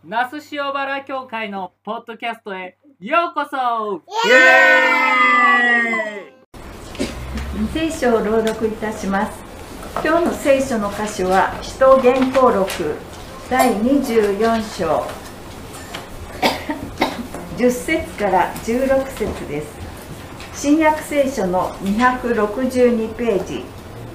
那須塩原教会のポッドキャストへようこそ。 イエーイ。聖書を朗読いたします。今日の聖書の箇所は使徒言行録第24章10節から16節です。新約聖書の262ページ、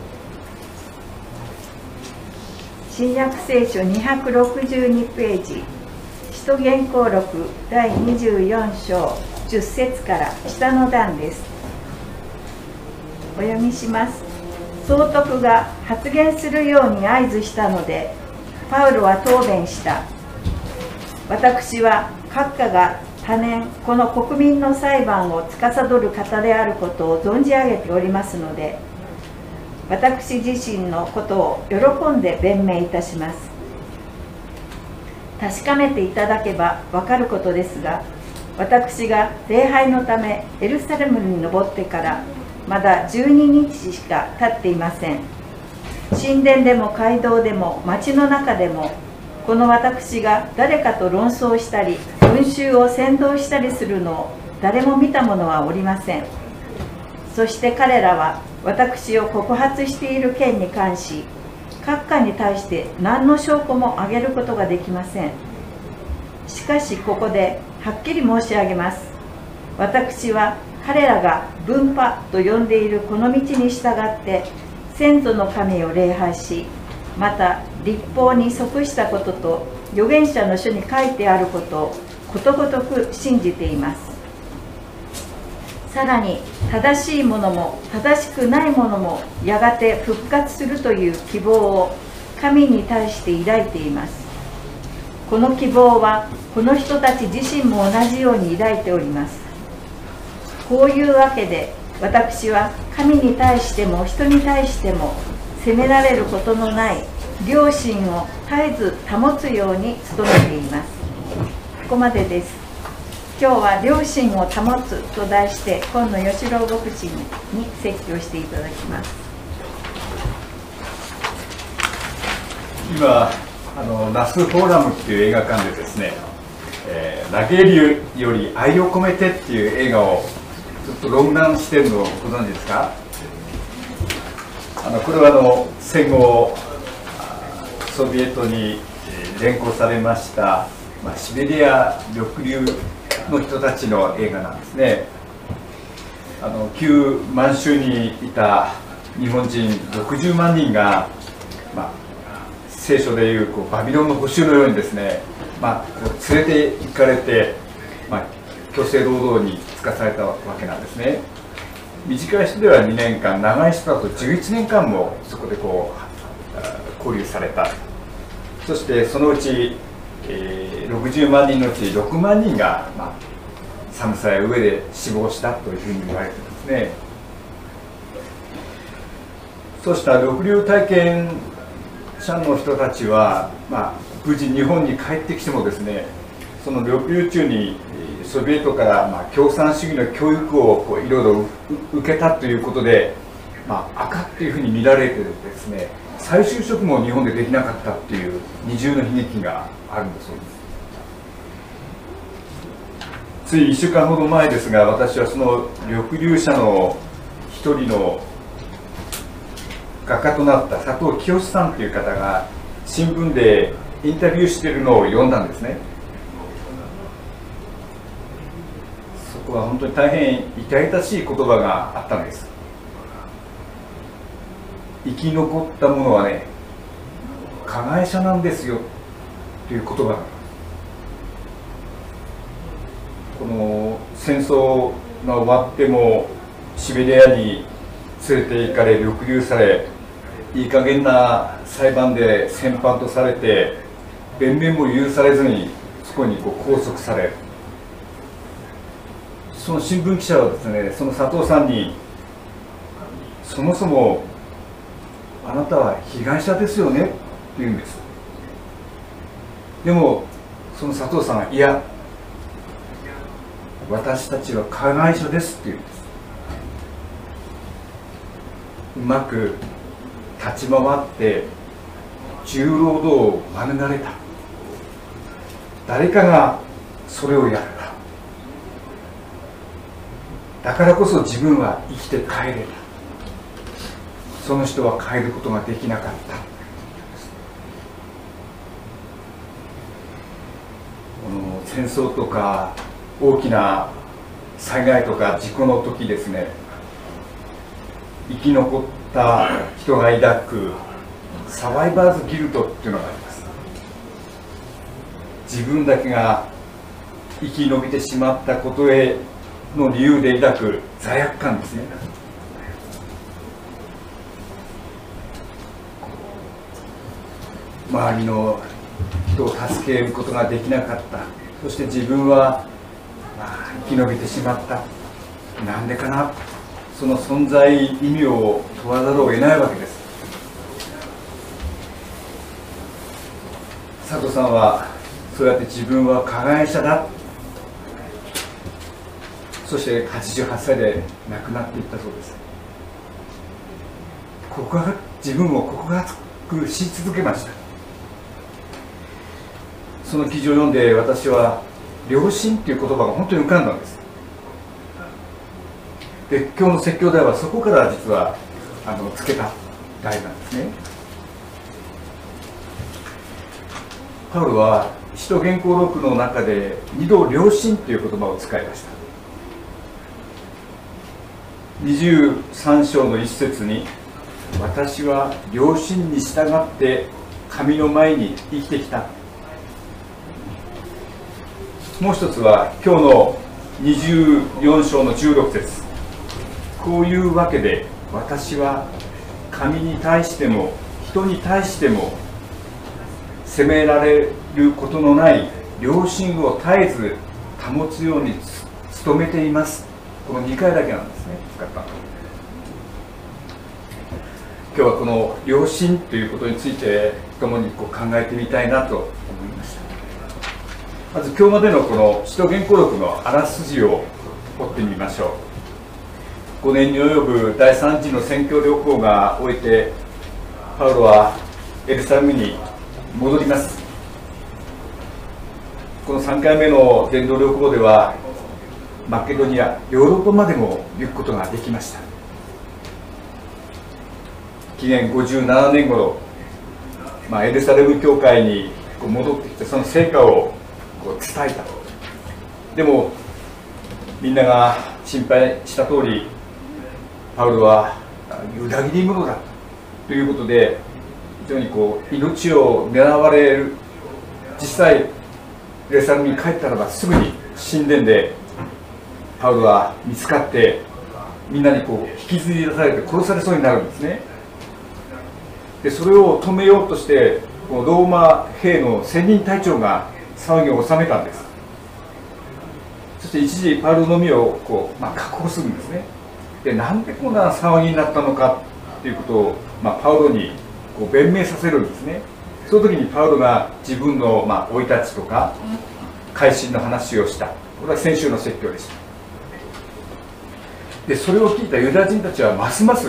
新約聖書262ページ、使徒言行録第24章10節から下の段です。お読みします。総督が発言するように合図したので、パウロは答弁した。私は閣下が多年この国民の裁判を司る方であることを存じ上げておりますので、私自身のことを喜んで弁明いたします。確かめていただけば分かることですが、私が礼拝のためエルサレムに登ってからまだ12日しか経っていません。神殿でも街道でも町の中でも、この私が誰かと論争したり群衆を扇動したりするのを誰も見た者はおりません。そして彼らは私を告発している件に関し、閣下に対して何の証拠も挙げることができません。しかしここではっきり申し上げます。私は彼らが分派と呼んでいるこの道に従って先祖の神を礼拝し、また律法に即したことと預言者の書に書いてあることをことごとく信じています。さらに正しいものも正しくないものもやがて復活するという希望を神に対して抱いています。この希望はこの人たち自身も同じように抱いております。こういうわけで私は神に対しても人に対しても責められることのない良心を絶えず保つように努めています。ここまでです。今日は良心を保つと題して今野義郎牧師に説教していただきます。 今ナスフォーラムっていう映画館でですね、投げるより愛を込めてっていう映画をちょっと論覧してるのをご存知ですか？これは戦後ソビエトに連行されました、シベリア抑留の人たちの映画なんですね。旧満州にいた日本人60万人が、聖書でいうバビロンの捕囚のようにですね、連れて行かれて、強制労働に就かされたわけなんですね。短い人では2年間、長い人だと11年間もそこで拘留された。そしてそのうち、60万人のうち6万人が、寒さや飢えで死亡したというふうに言われていますね。そうした抑留体験者の人たちは、無事日本に帰ってきてもですね、その抑留中にソビエトから共産主義の教育をいろいろ受けたということで、赤っていうふうに見られてですね、再就職も日本でできなかったっていう二重の悲劇があるんだそうです。つい1週間ほど前ですが、私はその抑留者の一人の画家となった佐藤清さんという方が新聞でインタビューしているのを読んだんですね。そこは本当に大変痛々しい言葉があったんです。生き残った者はね、加害者なんですよという言葉が、この戦争が終わってもシベリアに連れて行かれ抑留され、いい加減な裁判で戦犯とされて弁明も許されずにそこに拘束される。その新聞記者はですね、その佐藤さんに、そもそもあなたは被害者ですよねって言うんです。でもその佐藤さんは、いや、私たちは加害者ですって言うんです。うまく立ち回って重労働を免れた。 誰かがそれをやった。だからこそ自分は生きて帰れた。その人は帰ることができなかった。戦争とか大きな災害とか事故の時ですね、生き残った人が抱くサバイバーズギルトっていうのがあります。自分だけが生き延びてしまったことへの理由で抱く罪悪感ですね。周りの人を助けることができなかった。そして自分は、生き延びてしまった。なんでかな。その存在意味を問わざるを得ないわけです。佐藤さんはそうやって自分は加害者だ、そして88歳で亡くなっていったそうです。自分を告白し続けました。その記事を読んで私は良心という言葉が本当に浮かんだんです。で、今日の説教題はそこから実はつけた題なんですね。パウロは使徒言行録の中で2度良心という言葉を使いました。23章の一節に、私は良心に従って神の前に生きてきた。もう一つは今日の24章の16節、こういうわけで私は神に対しても人に対しても責められることのない良心を絶えず保つように努めています。この2回だけなんですね、使ったの。今日はこの良心ということについて共に考えてみたいなと思いました。まず今日までのこの使徒言行録のあらすじを追ってみましょう。5年に及ぶ第3次の宣教旅行が終えて、パウロはエルサレムに戻ります。この3回目の伝道旅行ではマケドニア、ヨーロッパまでも行くことができました。紀元57年頃、エルサレム教会に戻ってきてその成果を伝えた。でもみんなが心配した通り、パウロは裏切り者だということで非常に命を狙われる。実際エルサレムに帰ったらばすぐに神殿でパウロは見つかってみんなに引きずり出されて殺されそうになるんですね。でそれを止めようとしてローマ兵の千人隊長が騒ぎを収めたんです。そして一時パウロの身を確保するんですね。でなんでこんな騒ぎになったのかということを、パウロに弁明させるんですね。その時にパウロが自分の生い立ちとか改心の話をした。これは先週の説教でした。でそれを聞いたユダヤ人たちはますます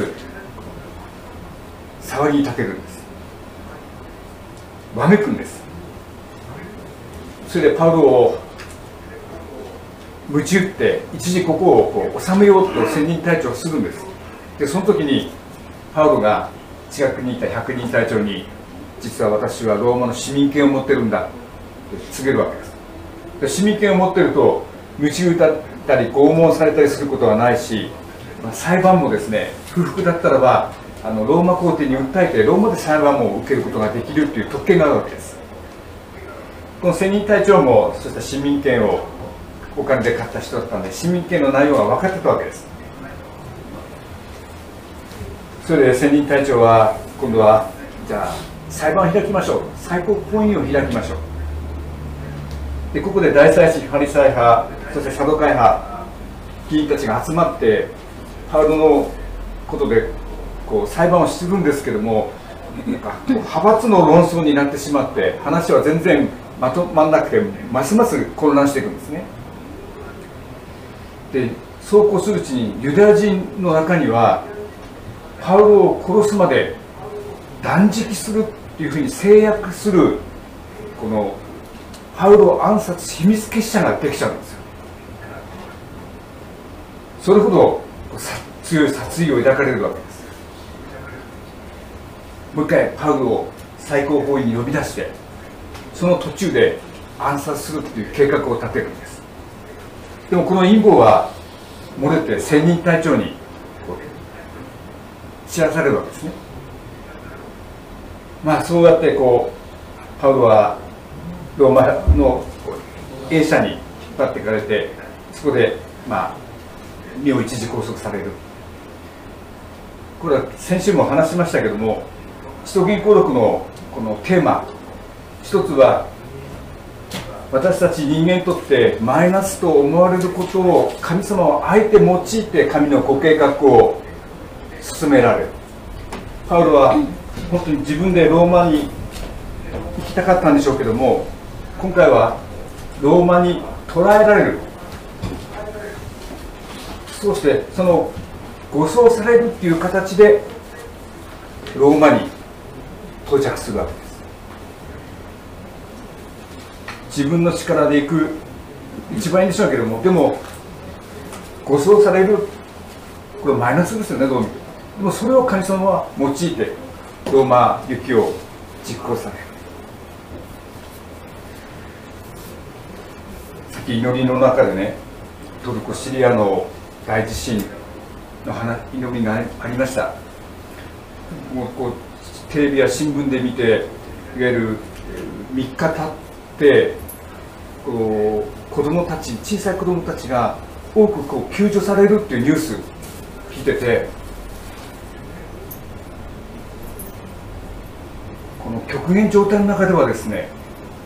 騒ぎ立てるんです。わめくんです。それでパウロを鞭打って一時ここを収めようと千人隊長をするんです。でその時にパウロが近くにいた百人隊長に、実は私はローマの市民権を持ってるんだと告げるわけです。で市民権を持ってると鞭打ったり拷問されたりすることはないし、裁判もですね、不服だったらばローマ皇帝に訴えてローマで裁判も受けることができるという特権があるわけです。この千人隊長もそうした市民権をお金で買った人だったので、市民権の内容が分かってたわけです。それで千人隊長は今度はじゃあ裁判を開きましょう、最高法院を開きましょう。でここで大祭司、ファリサイ派、そしてサドカイ派議員たちが集まってパウロのことで裁判をするんですけども、派閥の論争になってしまって話は全然まとまらなくて、ますます混乱していくんですね。でそうこうするうちにユダヤ人の中にはパウロを殺すまで断食するっていうふうに制約するこのパウロを暗殺秘密結社ができちゃうんですよ。それほど強い殺意を抱かれるわけです。もう一回パウロを最高法院に呼び出して、その途中で暗殺するっていう計画を立てるんです。でもこの陰謀は漏れて千人隊長に知らされるわけですね。まあそうやってパウロはローマの営者に引っ張っていかれて、そこで身を一時拘束される。これは先週も話しましたけども、使徒言行録のこのテーマ、一つは私たち人間にとってマイナスと思われることを神様をあえて用いて神のご計画を進められる。パウロは本当に自分でローマに行きたかったんでしょうけども、今回はローマに捕らえられる。そしてその護送されるっていう形でローマに到着するわけです。自分の力で行く一番いいんでしょうけども、でも護送される、これマイナスですよね、どう見ても。でもそれを神様は用いてローマ行きを実行される。さっき祈りの中でね、トルコ・シリアの大地震の祈りがありました。もうテレビや新聞で見て、いわゆる3日経って子供たち、小さい子供たちが多く救助されるっていうニュース聞いてて、この極限状態の中ではですね、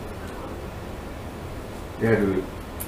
いわゆる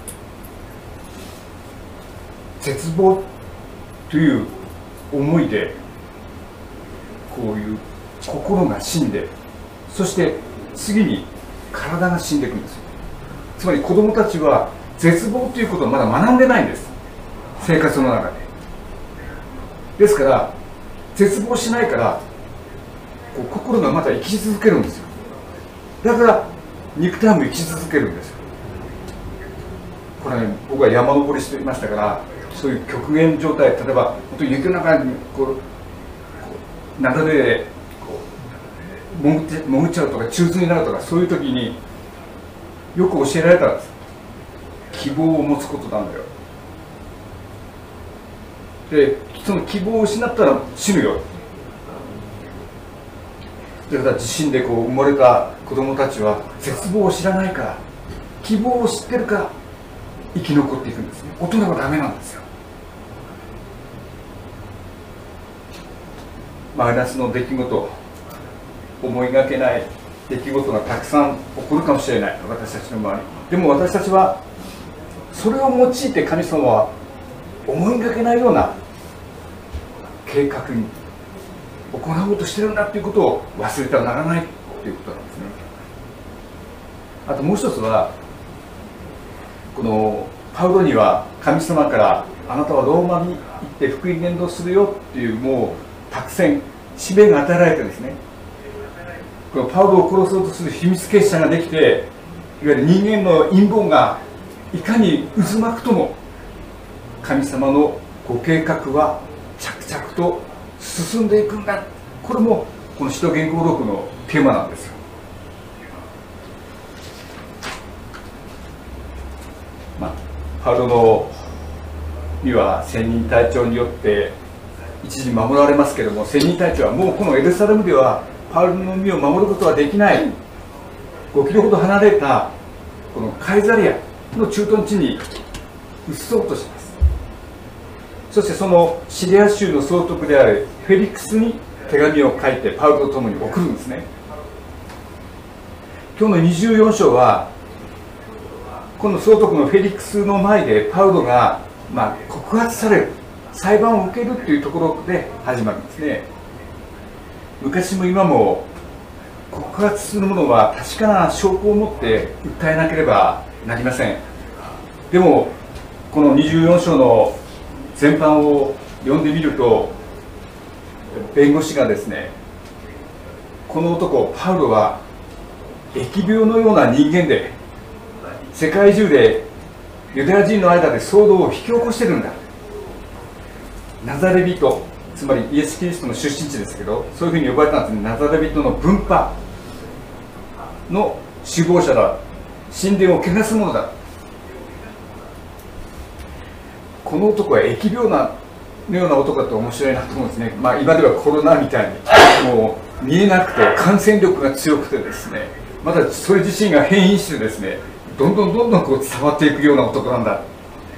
絶望という思いで、こういう心が死んで、そして次に体が死んでいくんですよ。つまり子どもたちは絶望ということをまだ学んでないんです、生活の中で。ですから絶望しないから心がまた生き続けるんですよ。だから肉体も生き続けるんですよ。これ、ね、僕は山登りしていましたから、そういう極限状態、例えば本当に雪の中に雪崩で潜っちゃうとか中痛になるとか、そういう時によく教えられたんです。希望を持つことなんだよ。で、その希望を失ったら死ぬよ。だから地震で埋もれた子どもたちは絶望を知らないから、希望を知ってるから生き残っていくんですね。大人はダメなんですよ。マイナスの出来事、思いがけない出来事がたくさん起こるかもしれない、私たちの周り。でも私たちはそれを用いて神様は思いがけないような計画に行おうとしてるんだということを忘れてはならないということなんですね。あともう一つは、このパウロには神様からあなたはローマに行って福音伝道するよっていう、もう託戦、使命が与えられてるんですね。このパウロを殺そうとする秘密結社ができて、いわゆる人間の陰謀がいかに渦巻くとも、神様のご計画は着々と進んでいくんだ。これもこの使徒言行録のテーマなんですよ。パウロには千人隊長によって一時守られますけれども、千人隊長はもうこのエルサレムではパウロの身を守ることはできない、5キロほど離れたこのカイザリアの駐屯地に移そうとします。そしてそのシリア州の総督であるフェリックスに手紙を書いてパウロと共に送るんですね。今日の24章はこの総督のフェリックスの前でパウロが告発される、裁判を受けるというところで始まるんですね。昔も今も告発する者は確かな証拠を持って訴えなければなりません。でもこの24章の全般を読んでみると、弁護士がですね、この男パウロは疫病のような人間で世界中でユダヤ人の間で騒動を引き起こしてるんだ。ナザレ人、つまりイエス・キリストの出身地ですけど、そういうふうに呼ばれたんですね。ナザレ人の分派の首謀者だ、神殿を汚す者だ。この男は疫病のような男だと面白いなと思うんですね。まあ、今ではコロナみたいにもう見えなくて感染力が強くてですね、またそれ自身が変異してですね、どんどんこう伝わっていくような男なんだ。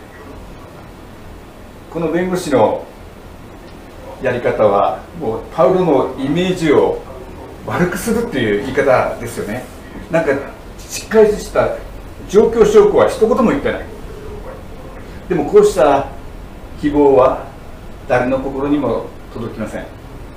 この弁護士のやり方はもうパウロのイメージを悪くするっていう言い方ですよね。なんかしっかりとした状況証拠は一言も言ってない。でもこうした希望は誰の心にも届きません。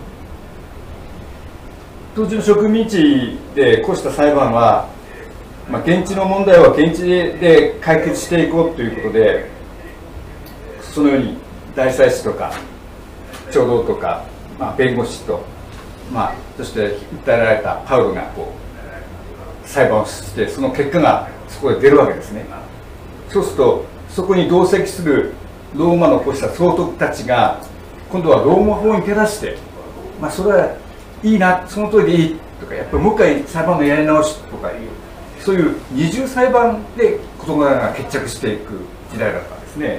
当時の植民地でこうした裁判は、現地の問題は現地で解決していこうということで、そのように大祭司とか長老とか、弁護士と、そして訴えられたパウロがこう裁判をして、その結果がそこで出るわけですね。そうするとそこに同席するローマのこうした総督たちが今度はローマ法に照らして、それはいいな、その通りでいいとか、やっぱりもう一回裁判のやり直しとかいう、そういう二重裁判で事柄が決着していく時代だったんですね。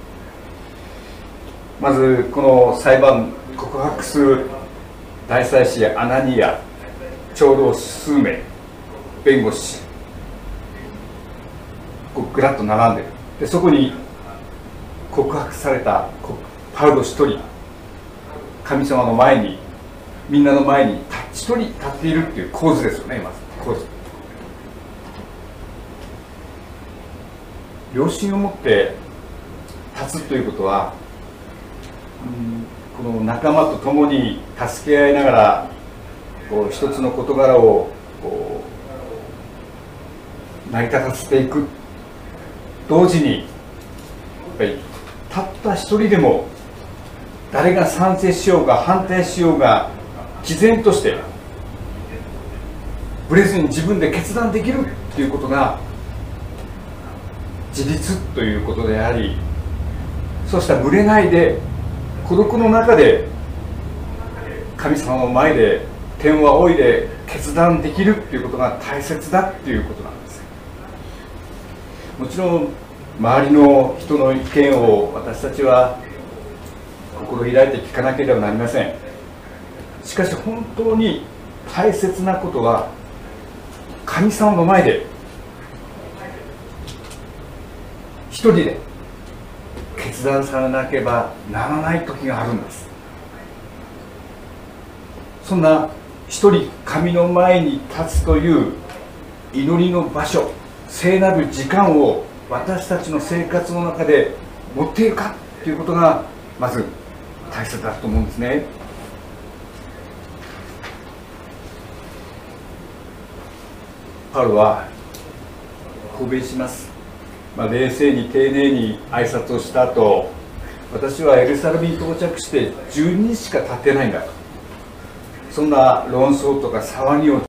まずこの裁判告白する大祭司アナニア、長老数名、弁護士、ぐらっと並んでる。でそこに告白されたパウロ一人、神様の前に、みんなの前に一人立っているっていう構図ですよね。まず構図、良心を持って立つということは、この仲間と共に助け合いながらこう一つの事柄をこう成り立たせていく、同時にやっぱりたった一人でも誰が賛成しようが反対しようが毅然としてぶれずに自分で決断できるということが自立ということであり、そうしたぶれないで孤独の中で神様の前で天を仰いで決断できるということが大切だということなんです。もちろん周りの人の意見を私たちは心開いて聞かなければなりません。しかし本当に大切なことは神様の前で一人で決断されなければならない時があるんです。そんな一人神の前に立つという祈りの場所、聖なる時間を私たちの生活の中で持っているかということがまず大切だと思うんですね。パウロは告別します。冷静に丁寧に挨拶をした後、私はエルサレムに到着して12日しか経ってないんだと、そんな論争とか騒ぎを